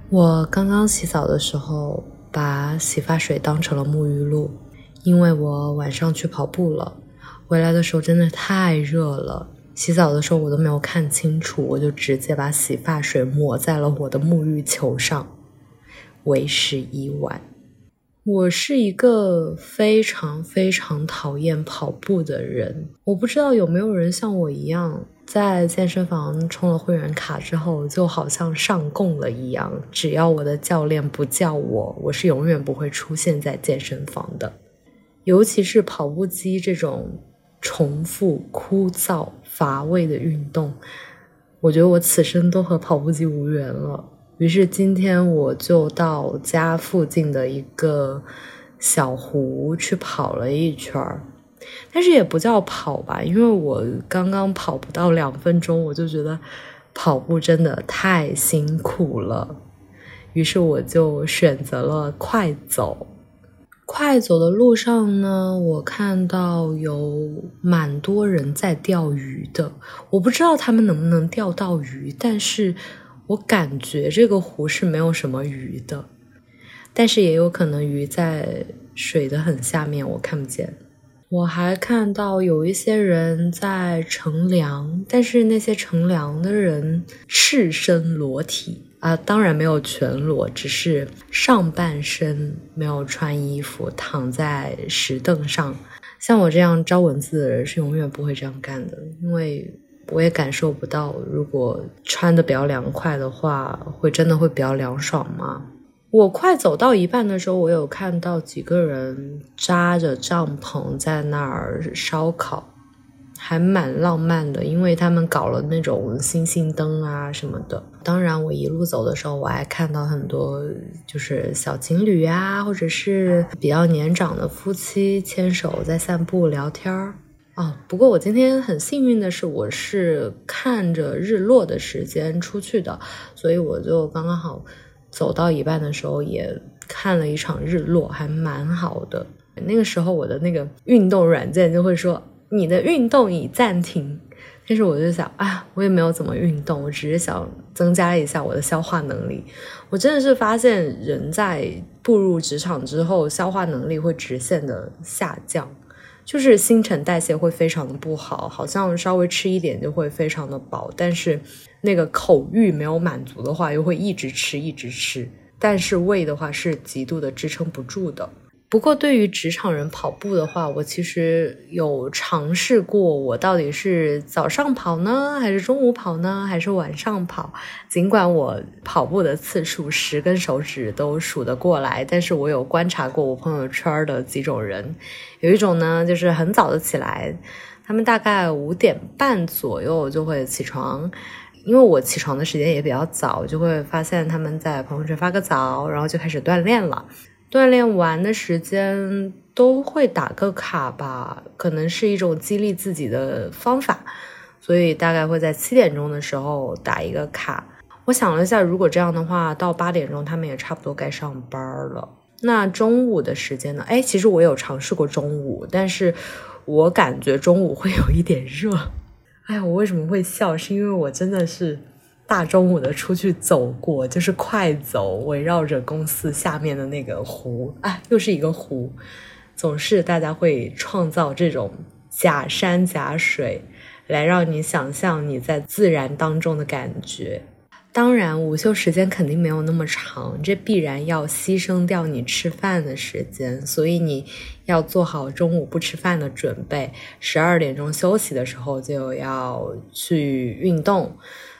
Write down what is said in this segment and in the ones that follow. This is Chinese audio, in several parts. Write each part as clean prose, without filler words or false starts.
我刚刚洗澡的时候把洗发水当成了沐浴露，因为我晚上去跑步了，回来的时候真的太热了，洗澡的时候我都没有看清楚，我就直接把洗发水抹在了我的沐浴球上，为时已晚。我是一个非常非常讨厌跑步的人，我不知道有没有人像我一样，在健身房充了会员卡之后就好像上供了一样，只要我的教练不叫我，我是永远不会出现在健身房的。尤其是跑步机这种重复、枯燥、乏味的运动，我觉得我此生都和跑步机无缘了。于是今天我就到家附近的一个小湖去跑了一圈，但是也不叫跑吧，因为我刚刚跑不到2分钟，我就觉得跑步真的太辛苦了，于是我就选择了快走。快走的路上呢，我看到有蛮多人在钓鱼的，我不知道他们能不能钓到鱼，但是我感觉这个湖是没有什么鱼的，但是也有可能鱼在水的很下面，我看不见。我还看到有一些人在乘凉，但是那些乘凉的人赤身裸体当然没有全裸，只是上半身没有穿衣服，躺在石凳上。像我这样招蚊子的人是永远不会这样干的，因为我也感受不到，如果穿得比较凉快的话，真的会比较凉爽吗？我快走到一半的时候，我有看到几个人扎着帐篷在那儿烧烤，还蛮浪漫的，因为他们搞了那种星星灯啊什么的。当然我一路走的时候，我还看到很多就是小情侣啊，或者是比较年长的夫妻牵手在散步聊天不过我今天很幸运的是，我是看着日落的时间出去的，所以我就刚刚好走到一半的时候也看了一场日落，还蛮好的。那个时候我的那个运动软件就会说你的运动已暂停，但是我就想我也没有怎么运动，我只是想增加一下我的消化能力。我真的是发现人在步入职场之后，消化能力会直线的下降，就是新陈代谢会非常的不好，好像稍微吃一点就会非常的饱，但是那个口欲没有满足的话又会一直吃，但是胃的话是极度的支撑不住的。不过对于职场人跑步的话，我其实有尝试过，我到底是早上跑呢，还是中午跑呢，还是晚上跑。尽管我跑步的次数10根手指都数得过来，但是我有观察过我朋友圈的几种人。有一种呢，就是很早的起来，他们大概5点半左右就会起床，因为我起床的时间也比较早，就会发现他们在朋友圈发个早，然后就开始锻炼了。锻炼完的时间都会打个卡吧，可能是一种激励自己的方法，所以大概会在7点钟的时候打一个卡。我想了一下，如果这样的话，到8点钟他们也差不多该上班了。那中午的时间呢？其实我有尝试过中午，但是我感觉中午会有一点热。我为什么会笑？是因为我真的是大中午的出去走过，就是快走，围绕着公司下面的那个湖，又是一个湖，总是大家会创造这种假山假水，来让你想象你在自然当中的感觉。当然午休时间肯定没有那么长，这必然要牺牲掉你吃饭的时间，所以你要做好中午不吃饭的准备，12点钟休息的时候就要去运动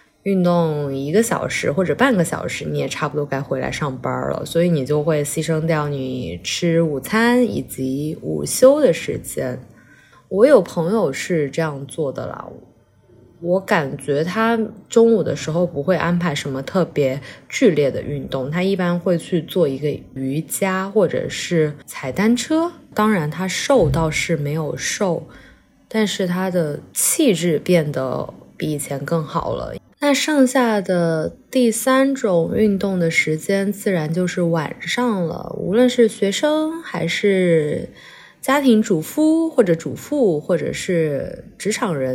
1个小时或者半个小时，你也差不多该回来上班了，所以你就会牺牲掉你吃午餐以及午休的时间。我有朋友是这样做的啦，我感觉他中午的时候不会安排什么特别剧烈的运动，他一般会去做一个瑜伽或者是踩单车。当然他瘦倒是没有瘦，但是他的气质变得比以前更好了。那剩下的第3种运动的时间自然就是晚上了，无论是学生还是家庭主夫或者主妇或者是职场人，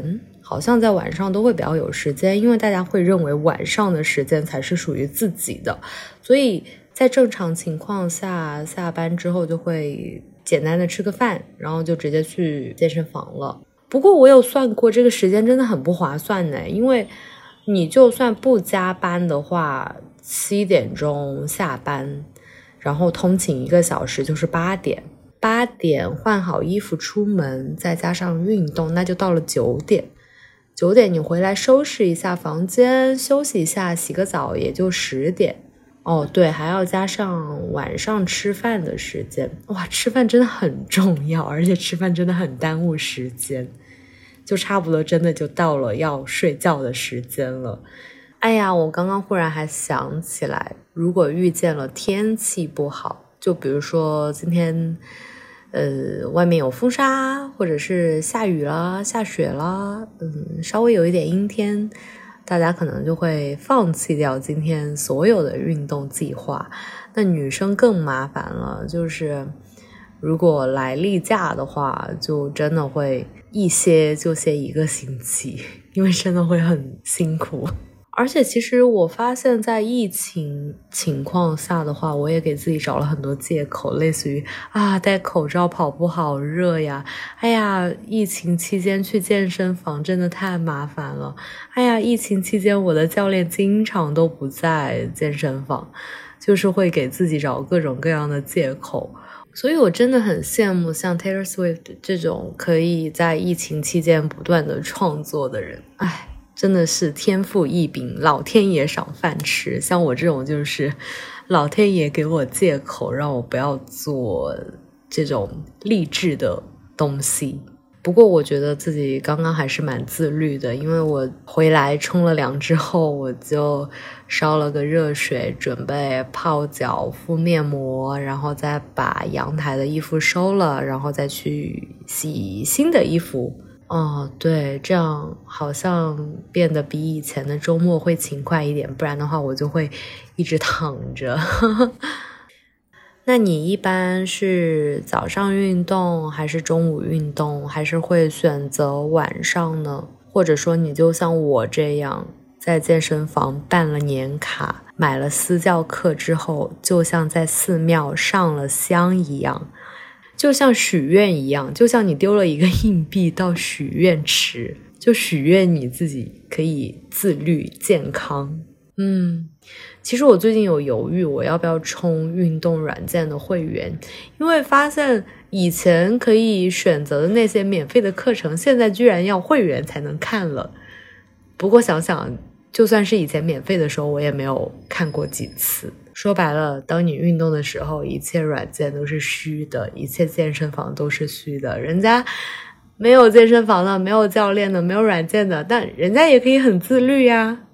好像在晚上都会比较有时间，因为大家会认为晚上的时间才是属于自己的，所以在正常情况下下班之后就会简单的吃个饭，然后就直接去健身房了。不过我有算过，这个时间真的很不划算呢，因为你就算不加班的话，7点钟下班，然后通勤1个小时就是8点换好衣服出门，再加上运动，那就到了9点。9点你回来收拾一下房间，休息一下，洗个澡，也就10点。哦，对，还要加上晚上吃饭的时间。哇，吃饭真的很重要，而且吃饭真的很耽误时间，就差不多真的就到了要睡觉的时间了。哎呀，我刚刚忽然还想起来，如果遇见了天气不好，就比如说今天外面有风沙，或者是下雨啦、下雪啦，稍微有一点阴天，大家可能就会放弃掉今天所有的运动计划。那女生更麻烦了，就是如果来例假的话，就真的会一歇就歇1个星期，因为真的会很辛苦。而且其实我发现在疫情情况下的话，我也给自己找了很多借口，类似于戴口罩跑步好热呀，哎呀疫情期间去健身房真的太麻烦了，哎呀疫情期间我的教练经常都不在健身房，就是会给自己找各种各样的借口。所以我真的很羡慕像 Taylor Swift 这种可以在疫情期间不断的创作的人，真的是天赋异禀，老天爷赏饭吃。像我这种就是老天爷给我借口，让我不要做这种励志的东西。不过我觉得自己刚刚还是蛮自律的，因为我回来冲了凉之后，我就烧了个热水，准备泡脚敷面膜，然后再把阳台的衣服收了，然后再去洗新的衣服。对，这样好像变得比以前的周末会勤快一点，不然的话我就会一直躺着。那你一般是早上运动还是中午运动，还是会选择晚上呢？或者说你就像我这样在健身房办了年卡，买了私教课之后，就像在寺庙上了香一样，就像许愿一样，就像你丢了一个硬币到许愿池，就许愿你自己可以自律健康。其实我最近有犹豫我要不要充运动软件的会员，因为发现以前可以选择的那些免费的课程，现在居然要会员才能看了。不过想想就算是以前免费的时候，我也没有看过几次。说白了，当你运动的时候，一切软件都是虚的，一切健身房都是虚的。人家没有健身房的，没有教练的，没有软件的，但人家也可以很自律呀。